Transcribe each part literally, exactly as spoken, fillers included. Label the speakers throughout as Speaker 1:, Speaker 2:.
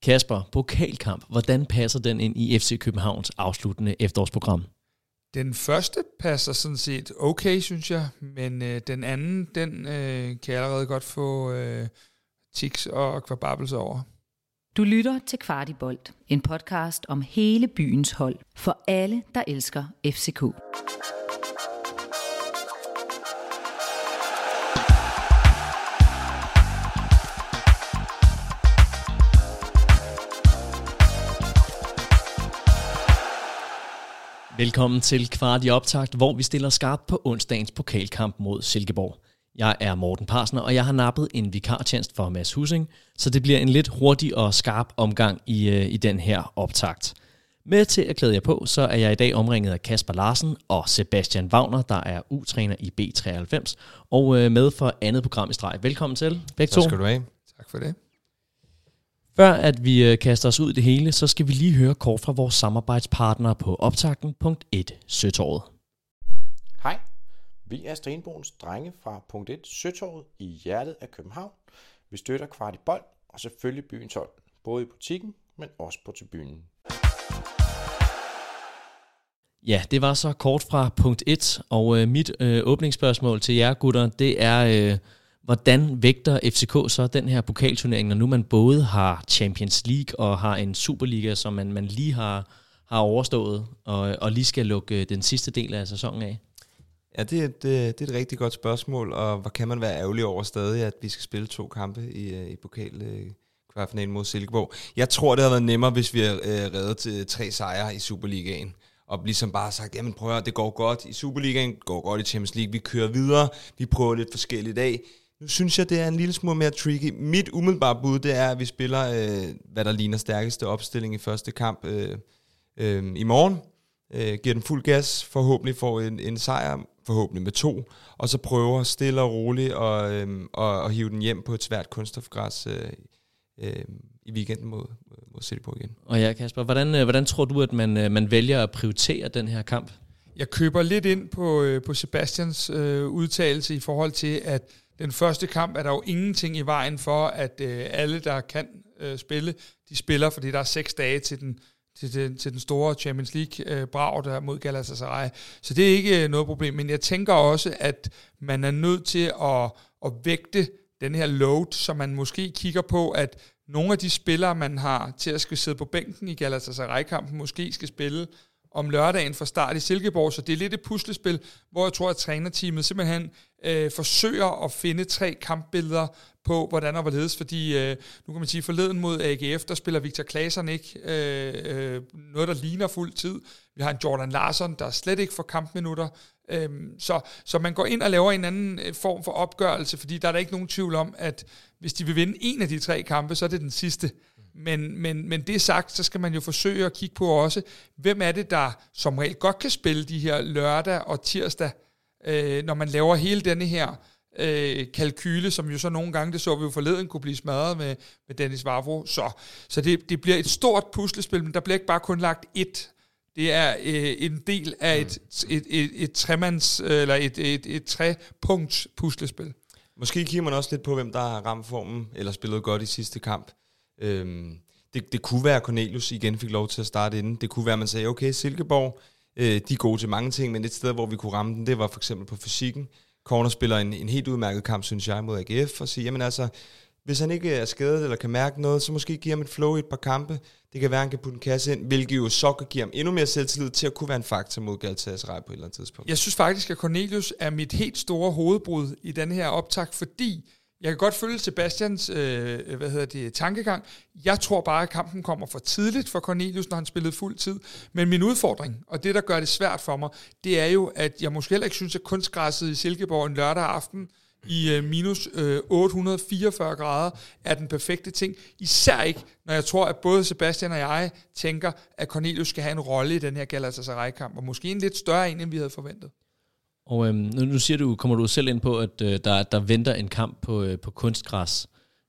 Speaker 1: Kasper, pokalkamp, hvordan passer den ind i F C Københavns afsluttende efterårsprogram?
Speaker 2: Den første passer sådan set okay, synes jeg, men øh, den anden, den øh, kan jeg allerede godt få øh, tics og kvababelse over.
Speaker 3: Du lytter til Kvartibolt, en podcast om hele byens hold, for alle, der elsker F C K.
Speaker 1: Velkommen til Kvart i optakt, hvor vi stiller skarpt på onsdagens pokalkamp mod Silkeborg. Jeg er Morten Parsner, og jeg har nappet en vikartjenest for Mads Hussing, så det bliver en lidt hurtig og skarp omgang i, i den her optakt. Med til at klæde jer på, så er jeg i dag omringet af Kasper Larsen og Sebastian Wagner, der er U-træner i B treoghalvfems, og med for andet program i streg. Velkommen til, begge to.
Speaker 4: Tak skal du have.
Speaker 2: Tak for det.
Speaker 1: Før at vi kaster os ud i det hele, så skal vi lige høre kort fra vores samarbejdspartnere på optakten punkt et Søtorvet.
Speaker 5: Hej, vi er Stenbroens drenge fra punkt et Søtorvet i hjertet af København. Vi støtter Kvartibolt og selvfølgelig byens hold, både i butikken, men også på tribunen.
Speaker 1: Ja, det var så kort fra punkt et, og øh, mit øh, åbningsspørgsmål til jer gutter, det er... Øh, Hvordan vægter F C K så den her pokalturnering, når nu man både har Champions League og har en Superliga, som man, man lige har, har overstået, og, og lige skal lukke den sidste del af sæsonen af?
Speaker 4: Ja, det er, et, det er et rigtig godt spørgsmål, og hvor kan man være ærgerlig over stadig, at vi skal spille to kampe i, i pokal-kvartfinalen mod Silkeborg. Jeg tror, det havde været nemmere, hvis vi havde reddet til tre sejre i Superligaen, og ligesom bare sagt, jamen prøv at det går godt i Superligaen, det går godt i Champions League, vi kører videre, vi prøver lidt forskelligt af. Nu synes jeg, det er en lille smule mere tricky. Mit umiddelbare bud, det er, at vi spiller, øh, hvad der ligner stærkeste opstilling i første kamp øh, øh, i morgen. Øh, giver den fuld gas, forhåbentlig får en, en sejr, forhåbentlig med to, og så prøver stille og roligt og, øh, og, og hive den hjem på et svært kunststofgræs øh, øh, i weekenden mod, mod Silkeborg igen.
Speaker 1: Og ja, Kasper, hvordan, hvordan tror du, at man, man vælger at prioritere den her kamp?
Speaker 2: Jeg køber lidt ind på, øh, på Sebastians øh, udtalelse i forhold til, at den første kamp er der jo ingenting i vejen for, at øh, alle, der kan øh, spille, de spiller, fordi der er seks dage til den, til den, til den store Champions League-brag, øh, der mod Galatasaray. Så det er ikke øh, noget problem, men jeg tænker også, at man er nødt til at, at vægte den her load, så man måske kigger på, at nogle af de spillere, man har til at skal sidde på bænken i Galatasaray-kampen, måske skal spille om lørdagen fra start i Silkeborg, så det er lidt et puslespil, hvor jeg tror, at trænerteamet simpelthen øh, forsøger at finde tre kampbilleder på, hvordan og hvorledes, fordi øh, nu kan man sige, forleden mod A G F, der spiller Victor Claesson ikke øh, øh, noget, der ligner fuld tid. Vi har en Jordan Larsson, der slet ikke får kampminutter, øh, så, så man går ind og laver en anden form for opgørelse, fordi der er der ikke nogen tvivl om, at hvis de vil vinde en af de tre kampe, så er det den sidste. Men, men, men det sagt, så skal man jo forsøge at kigge på også, hvem er det, der som regel godt kan spille de her lørdag og tirsdag, øh, når man laver hele denne her øh, kalkyle, som jo så nogle gange, det så vi jo forleden, kunne blive smadret med, med Dennis Vavro. Så, så det, det bliver et stort puslespil, men der bliver ikke bare kun lagt ét. Det er øh, en del af et, et, et, et tremands, eller et, et, et trepunkts puslespil.
Speaker 4: Måske kigger man også lidt på, hvem der har ramt formen, eller spillet godt i sidste kamp. Øhm, det, det kunne være, at Cornelius igen fik lov til at starte inden. Det kunne være, at man sagde, okay, Silkeborg, øh, de er gode til mange ting, men et sted, hvor vi kunne ramme den, det var for eksempel på fysikken. Corner spiller en, en helt udmærket kamp, synes jeg, mod A G F, og sige, jamen altså, hvis han ikke er skadet eller kan mærke noget, så måske giver ham et flow i et par kampe. Det kan være, at han kan putte en kasse ind, hvilket jo så kan give ham endnu mere selvtillid til at kunne være en faktor mod Galatasaray på et eller andet tidspunkt.
Speaker 2: Jeg synes faktisk, at Cornelius er mit helt store hovedbrud i den her optakt, fordi jeg kan godt følge Sebastians øh, hvad hedder det, tankegang. Jeg tror bare, at kampen kommer for tidligt for Cornelius, når han spillede fuld tid. Men min udfordring, og det, der gør det svært for mig, det er jo, at jeg måske heller ikke synes, at kunstgræsset i Silkeborg en lørdag aften i øh, minus øh, otte hundrede og fireogfyrre grader er den perfekte ting. Især ikke, når jeg tror, at både Sebastian og jeg tænker, at Cornelius skal have en rolle i den her Galatasaray-kamp, og måske en lidt større en, end vi havde forventet.
Speaker 1: Og øhm, nu, nu siger du, kommer du selv ind på, at øh, der, der venter en kamp på, øh, på kunstgræs.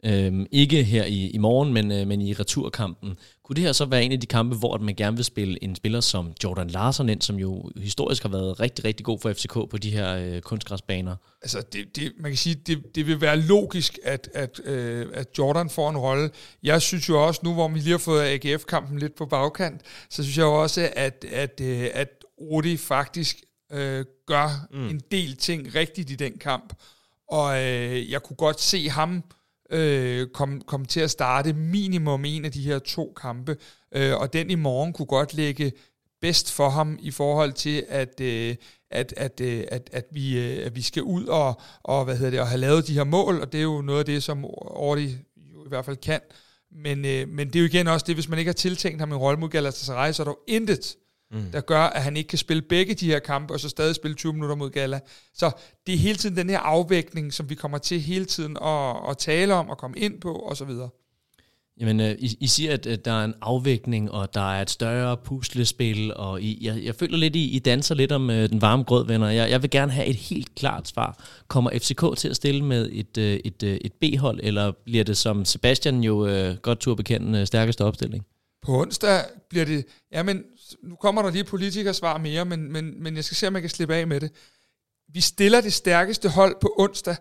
Speaker 1: Øhm, ikke her i, i morgen, men, øh, men i returkampen. Kunne det her så være en af de kampe, hvor man gerne vil spille en spiller som Jordan Larsson ind, som jo historisk har været rigtig, rigtig god for F C K på de her øh, kunstgræsbaner?
Speaker 2: Altså, det, det, man kan sige, det, det vil være logisk, at, at, øh, at Jordan får en rolle. Jeg synes jo også, nu hvor vi lige har fået A G F-kampen lidt på bagkant, så synes jeg jo også, at, at, øh, at Rudi faktisk øh, gør mm. en del ting rigtigt i den kamp. Og øh, jeg kunne godt se ham øh, komme kom til at starte minimum en af de her to kampe. Øh, og den i morgen kunne godt lægge bedst for ham i forhold til, at, øh, at, at, øh, at, at, vi, øh, at vi skal ud og, og, hvad hedder det, og have lavet de her mål. Og det er jo noget af det, som Ordi jo i hvert fald kan. Men, øh, men det er jo igen også det, hvis man ikke har tiltænkt ham en rolle mod Galatasaray, så er der jo intet, Mm. der gør, at han ikke kan spille begge de her kampe, og så stadig spille tyve minutter mod Gala. Så det er hele tiden den her afvægtning, som vi kommer til hele tiden at, at tale om, og komme ind på, og så videre.
Speaker 1: Jamen, øh, I, I siger, at, at der er en afvægtning, og der er et større puslespil, og I, jeg, jeg føler lidt, I, I danser lidt om øh, den varme grød, venner. Jeg, jeg vil gerne have et helt klart svar. Kommer F C K til at stille med et, øh, et, øh, et B-hold, eller bliver det, som Sebastian jo øh, godt turde bekende, øh, stærkeste opstilling?
Speaker 2: På onsdag bliver det, jamen, nu kommer der lige politikersvar mere, men, men, men jeg skal se, om jeg kan slippe af med det. Vi stiller det stærkeste hold på onsdag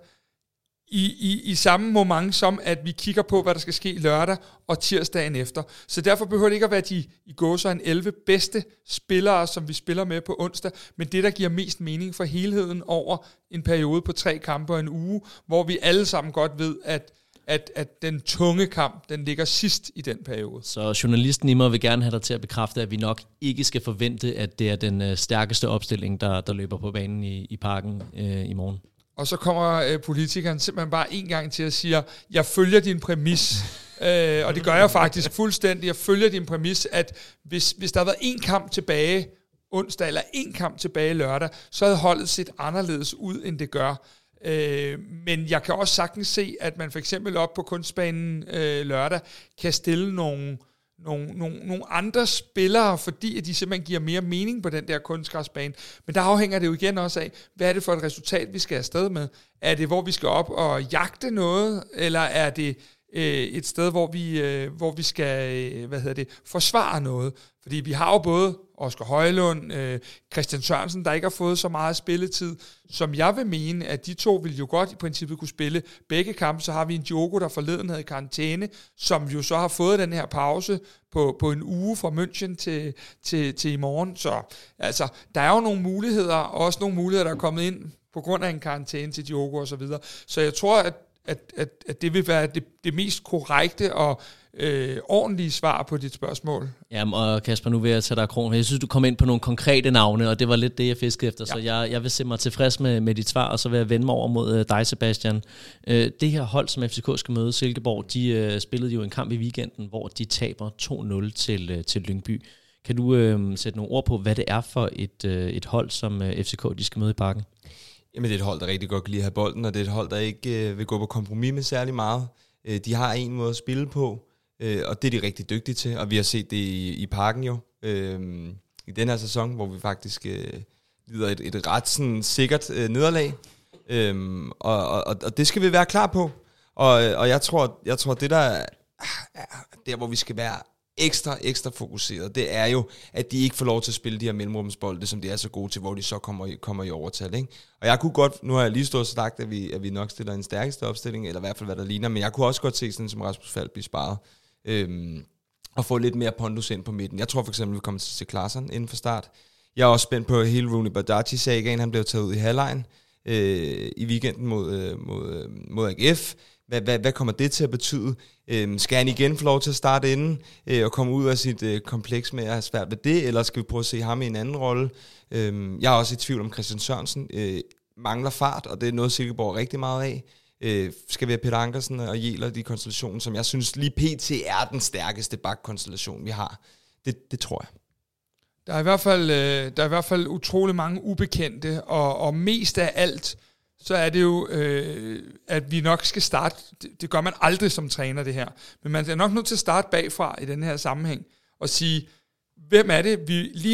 Speaker 2: i, i, i samme moment som, at vi kigger på, hvad der skal ske lørdag og tirsdagen efter. Så derfor behøver det ikke at være de i gåseøjne elleve bedste spillere, som vi spiller med på onsdag, men det, der giver mest mening for helheden over en periode på tre kampe og en uge, hvor vi alle sammen godt ved, at At, at den tunge kamp, den ligger sidst i den periode.
Speaker 1: Så journalisten i mig vil gerne have dig til at bekræfte, at vi nok ikke skal forvente, at det er den øh, stærkeste opstilling, der, der løber på banen i, i parken øh, i morgen.
Speaker 2: Og så kommer øh, politikeren simpelthen bare en gang til at sige, jeg følger din præmis, øh, og det gør jeg faktisk fuldstændig, jeg følger din præmis, at hvis, hvis der havde været en kamp tilbage onsdag, eller en kamp tilbage lørdag, så havde holdet set anderledes ud, end det gør. Øh, men jeg kan også sagtens se, at man for eksempel op på kunstbanen øh, lørdag kan stille nogle, nogle, nogle, nogle andre spillere, fordi at de simpelthen giver mere mening på den der kunstgræsbane. Men der afhænger det jo igen også af, hvad er det for et resultat, vi skal afsted med? Er det, hvor vi skal op og jagte noget, eller er det øh, et sted, hvor vi, øh, hvor vi skal øh, hvad hedder det, forsvare noget? Fordi vi har jo både Oscar Højlund, øh, Christian Sørensen, der ikke har fået så meget spilletid, som jeg vil mene, at de to vil jo godt i princippet kunne spille begge kampe. Så har vi en Diogo, der forleden havde karantæne, som jo så har fået den her pause på, på en uge fra München til, til, til i morgen. Så altså, der er jo nogle muligheder, og også nogle muligheder, der er kommet ind på grund af en karantæne til Diogo og så videre. Så jeg tror, at, at, at, at det vil være det, det mest korrekte og Øh, ordentlige svar på dit spørgsmål.
Speaker 1: Jamen, og Kasper, nu vil jeg tage dig kronen. Jeg synes, du kom ind på nogle konkrete navne, og det var lidt det, jeg fiskede efter, ja. Så jeg, jeg vil se mig tilfreds med, med dit svar, og så vil jeg vende mig over mod øh, dig, Sebastian. Øh, det her hold, som F C K skal møde, Silkeborg, de øh, spillede jo en kamp i weekenden, hvor de taber to nul til, øh, til Lyngby. Kan du øh, sætte nogle ord på, hvad det er for et, øh, et hold, som øh, F C K de skal møde i parken?
Speaker 4: Jamen, det er et hold, der rigtig godt kan lide at have bolden, og det er et hold, der ikke øh, vil gå på kompromis med særlig meget. Øh, de har en måde at spille på, Øh, og det er de rigtig dygtige til, og vi har set det i, i parken jo, øh, i den her sæson, hvor vi faktisk øh, lider et, et ret sådan, sikkert øh, nederlag, øh, og, og, og det skal vi være klar på, og, og jeg tror, jeg tror det der er der, hvor vi skal være ekstra, ekstra fokuseret, det er jo, at de ikke får lov til at spille de her mellemrumsbolde, som de er så gode til, hvor de så kommer i, kommer i overtal, ikke? Og jeg kunne godt, nu har jeg lige stået og sagt, at vi, at vi nok stiller en stærkeste opstilling, eller i hvert fald hvad der ligner, men jeg kunne også godt se sådan som Rasmus Falk blive sparet, Øhm, og få lidt mere pondus ind på midten. Jeg tror for eksempel, vi kommer til at se Klaassen inden for start. Jeg er også spændt på hele Rooney Badaji-sagaen. Han blev taget ud i halvlejen øh, i weekenden mod, øh, mod, mod A G F. Hvad, hvad, hvad kommer det til at betyde? Øhm, skal han igen få lov til at starte inden øh, og komme ud af sit øh, kompleks med at have svært ved det, eller skal vi prøve at se ham i en anden rolle? Øhm, jeg er også i tvivl om Christian Sørensen. Øh, mangler fart, og det er noget, Silkeborg rigtig meget af. Øh, skal vi have Peter Ankersen og Jæler, de konstellationer, som jeg synes lige pt. Er den stærkeste bakkonstellation, vi har. Det, det tror jeg.
Speaker 2: Der er i hvert fald, øh, der er i hvert fald utrolig mange ubekendte, og, og mest af alt, så er det jo, øh, at vi nok skal starte, det, det gør man aldrig som træner det her, men man er nok nødt til at starte bagfra i den her sammenhæng, og sige, hvem er det, vi lige nu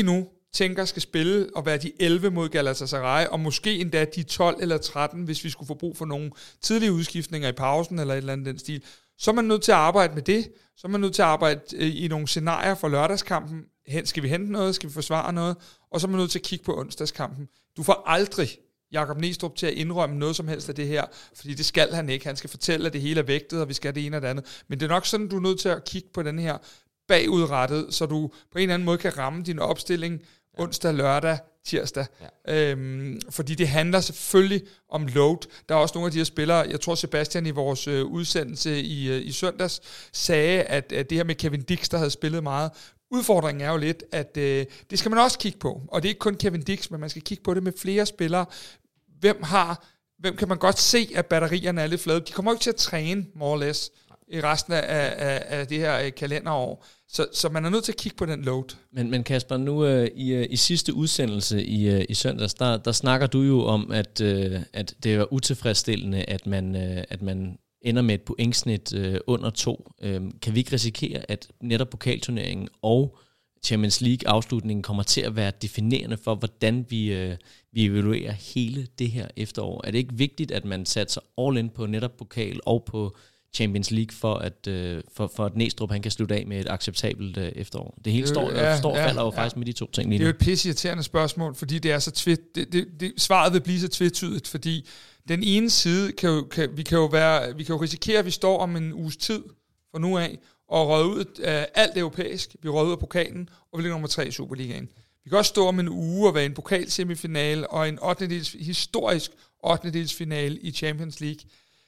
Speaker 2: tænker skal spille og være de elleve mod Galatasaray, og måske endda de tolv eller tretten, hvis vi skulle få brug for nogle tidlige udskiftninger i pausen eller et eller andet den stil, så er man nødt til at arbejde med det. Så er man nødt til at arbejde i nogle scenarier for lørdagskampen. Skal vi hente noget? Skal vi forsvare noget? Og så er man nødt til at kigge på onsdagskampen. Du får aldrig Jakob Næstrup til at indrømme noget som helst af det her, fordi det skal han ikke. Han skal fortælle, at det hele er vægtet, og vi skal have det ene og det andet. Men det er nok sådan, du er nødt til at kigge på den her bagudrettet, så du på en eller anden måde kan ramme din opstilling onsdag, lørdag, tirsdag. Ja. Øhm, fordi det handler selvfølgelig om load. Der er også nogle af de her spillere, jeg tror Sebastian i vores øh, udsendelse i, øh, i søndags, sagde, at, at det her med Kevin Dix, der havde spillet meget, udfordringen er jo lidt, at øh, det skal man også kigge på. Og det er ikke kun Kevin Dix, men man skal kigge på det med flere spillere. Hvem har, hvem kan man godt se, at batterierne er lidt flade? De kommer jo ikke til at træne, more or less, i resten af, af, af det her kalenderår. Så, så man er nødt til at kigge på den load.
Speaker 1: Men, men Kasper, nu øh, i, øh, i sidste udsendelse i, øh, i søndags, der, der snakker du jo om, at, øh, at det er utilfredsstillende, at man, øh, at man ender med et pointsnit øh, under to. Øh, kan vi ikke risikere, at netop pokalturneringen og Champions League-afslutningen kommer til at være definerende for, hvordan vi, øh, vi evaluerer hele det her efterår? Er det ikke vigtigt, at man satser all in på netop pokal og på Champions League, for at, øh, for, for at Næstrup han kan slutte af med et acceptabelt øh, efterår? Det hele står, ja, står ja, falder jo ja. faktisk med de to ting lige nu.
Speaker 2: Det er jo et pisseirriterende spørgsmål, fordi det er så tvæt, det, det, det, svaret vil blive så tvetydigt, fordi den ene side, kan jo, kan, vi, kan jo være, vi kan jo risikere, at vi står om en uges tid fra nu af, og røget ud af alt europæisk. Vi røget ud af pokalen, og vi ligger nummer tre i Superligaen. Vi kan også stå om en uge og være en pokalsemifinale, og en ottendedels, historisk ottendedelsfinale i Champions League.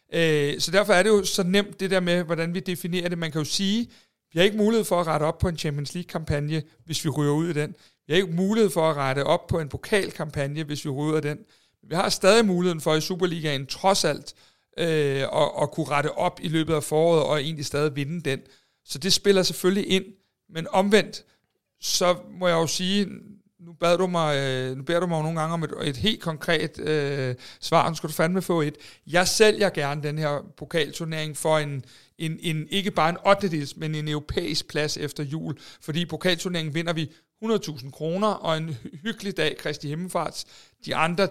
Speaker 2: Så derfor er det jo så nemt det der med, hvordan vi definerer det. Man kan jo sige, vi har ikke mulighed for at rette op på en Champions League-kampagne, hvis vi ryger ud af den. Vi har ikke mulighed for at rette op på en pokalkampagne, hvis vi ryger ud af den. Vi har stadig muligheden for i Superligaen trods alt øh, at, at kunne rette op i løbet af foråret og egentlig stadig vinde den. Så det spiller selvfølgelig ind, men omvendt, så må jeg jo sige, nu beder du mig, øh, nu beder du mig nogle gange om et, et helt konkret øh, svar, nu skal du fandme få et. Jeg sælger gerne den her pokalturnering for en, en, en ikke bare en ottendedels, men en europæisk plads efter jul, fordi pokalturneringen vinder vi hundrede tusind kroner, og en hyggelig dag, Kristi Himmelfarts. De andre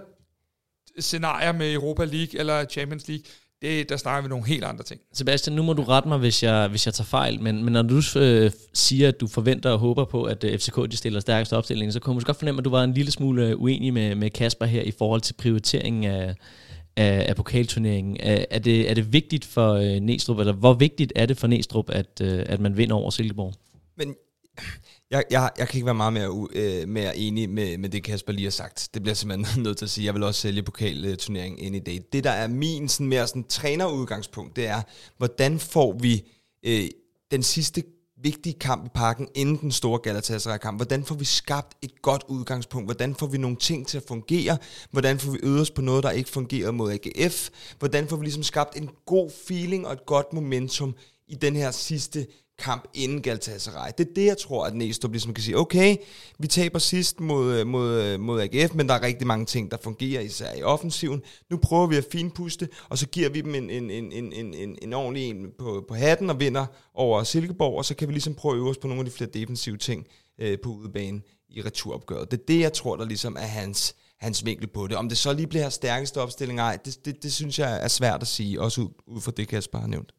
Speaker 2: scenarier med Europa League eller Champions League, det, der snakker vi nogle helt andre ting.
Speaker 1: Sebastian, nu må du rette mig, hvis jeg, hvis jeg tager fejl, men, men når du øh, siger, at du forventer og håber på, at øh, F C K de stiller stærkeste opstilling, så kunne jeg måske godt fornemme, at du var en lille smule uenig med, med Kasper her i forhold til prioriteringen af, af, af pokalturneringen. Er, er, det, er det vigtigt for øh, Næstrup, eller hvor vigtigt er det for Næstrup, at, øh, at man vinder over Silkeborg?
Speaker 4: Men jeg, jeg, jeg kan ikke være meget mere, øh, mere enig med, med det, Kasper lige har sagt. Det bliver simpelthen nødt til at sige. Jeg vil også sælge pokalturneringen ind i det. Det, der er min sådan, mere sådan, trænerudgangspunkt, det er, hvordan får vi øh, den sidste vigtige kamp i parken, inden den store Galatasaray-kamp. Hvordan får vi skabt et godt udgangspunkt? Hvordan får vi nogle ting til at fungere? Hvordan får vi øvet os på noget, der ikke fungerer mod A G F? Hvordan får vi ligesom skabt en god feeling og et godt momentum i den her sidste kamp inden Galatasaray? Det er det, jeg tror, at Næstrup ligesom kan sige, okay, vi taber sidst mod, mod, mod A G F, men der er rigtig mange ting, der fungerer, især i offensiven. Nu prøver vi at finpuste, og så giver vi dem en, en, en, en, en, en ordentlig en på, på hatten og vinder over Silkeborg, og så kan vi ligesom prøve at øve os på nogle af de flere defensive ting øh, på udebane i returopgøret. Det er det, jeg tror, der ligesom er hans, hans vinkel på det. Om det så lige bliver stærkeste opstilling, ej, det, det, det synes jeg er svært at sige, også ud, ud fra det, Kasper har nævnt.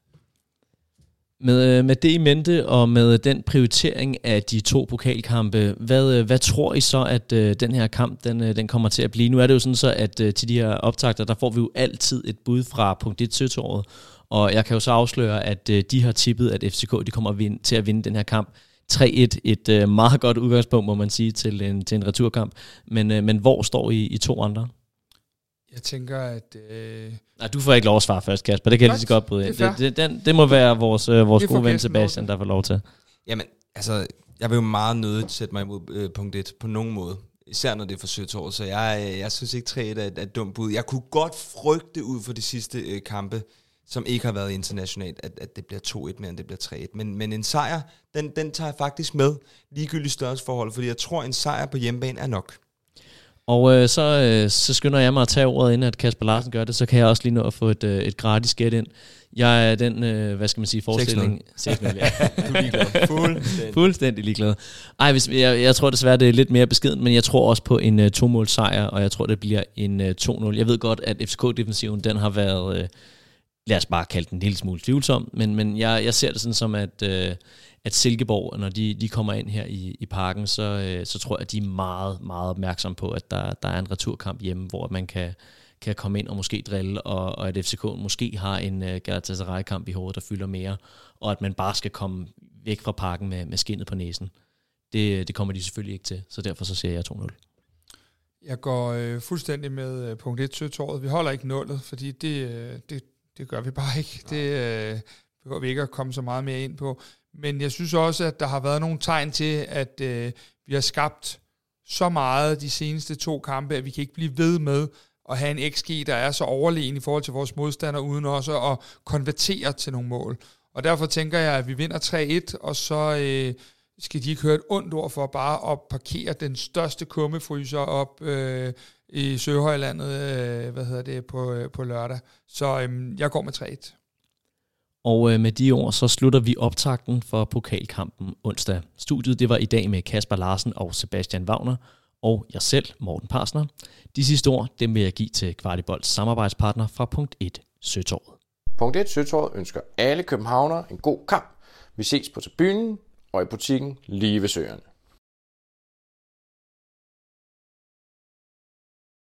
Speaker 1: Med, med det i mente, og med den prioritering af de to pokalkampe, hvad, hvad tror I så, at uh, den her kamp den, den kommer til at blive? Nu er det jo sådan så, at uh, til de her optakter, der får vi jo altid et bud fra punkt et Søtorvet, og jeg kan jo så afsløre, at uh, de har tippet, at F C K de kommer vinde, til at vinde den her kamp tre et. Et uh, meget godt udgangspunkt, må man sige, til en, til en returkamp. Men, uh, men hvor står I, I to andre?
Speaker 2: Jeg tænker, at... Øh...
Speaker 1: Nej, du får ikke lov at svare først, Kasper. Det kan jeg lige så godt bryde ind. Det, det, det, det må være vores, øh, vores gode ven Sebastian, der får lov til.
Speaker 4: Jamen, altså, jeg vil jo meget nødigt sætte mig imod øh, punkt et på nogen måde. Især når det er for Søtorvet, så jeg, øh, jeg synes ikke tre et er et, er et dumt bud. Jeg kunne godt frygte ud for de sidste øh, kampe, som ikke har været internationalt, at, at det bliver to et mere, end det bliver tre et. Men, men en sejr, den, den tager jeg faktisk med ligegyldigt størrelsesforhold, fordi jeg tror, en sejr på hjemmebane er nok.
Speaker 1: Og øh, så, øh, så skynder jeg mig at tage ordet, inden at Kasper Larsen gør det, så kan jeg også lige nå at få et, øh, et gratis gæt ind. Jeg er den, øh, hvad skal man sige, forestilling... seks nul. Ja.
Speaker 4: Du er ligeglad. Fuldstændig.
Speaker 1: Fuldstændig ligeglad. Ej, hvis, jeg, jeg tror desværre, det er lidt mere beskedent, men jeg tror også på en uh, to-måls sejr, og jeg tror, det bliver en uh, to nul. Jeg ved godt, at F C K-defensiven, den har været, uh, lad os bare kalde den en lille smule tvivlsom, men, men jeg, jeg ser det sådan som, at, uh, at Silkeborg, når de, de kommer ind her i, i parken, så, uh, så tror jeg, at de er meget, meget opmærksomme på, at der, der er en returkamp hjemme, hvor man kan... kan komme ind og måske drille, og, og at F C K måske har en uh, Galatasaray-kamp i hovedet, der fylder mere, og at man bare skal komme væk fra parken med, med skindet på næsen. Det, det kommer de selvfølgelig ikke til, så derfor så siger jeg to nul.
Speaker 2: Jeg går øh, fuldstændig med øh, punkt et Søtorvet. Vi holder ikke nullet, fordi det, øh, det, det gør vi bare ikke. Det øh, behøver vi ikke at komme så meget mere ind på. Men jeg synes også, at der har været nogle tegn til, at øh, vi har skabt så meget de seneste to kampe, at vi kan ikke blive ved med at have en X G, der er så overlegen i forhold til vores modstandere, uden også at konvertere til nogle mål. Og derfor tænker jeg, at vi vinder tre et, og så øh, skal de ikke høre et ondt ord for bare at parkere den største kummefryser op øh, i Søhøjlandet øh, hvad hedder det, på, øh, på lørdag. Så øh, jeg går med tre et.
Speaker 1: Og øh, med de ord, så slutter vi optakten for pokalkampen onsdag. Studiet, det var i dag med Kasper Larsen og Sebastian Wagner, og jeg selv, Morten Parsner. De sidste ord, dem vil jeg give til Kvartibolds samarbejdspartner fra punkt et Søtorvet.
Speaker 5: punkt et Søtorvet ønsker alle københavnere en god kamp. Vi ses på tribunen og i butikken lige ved Søerne.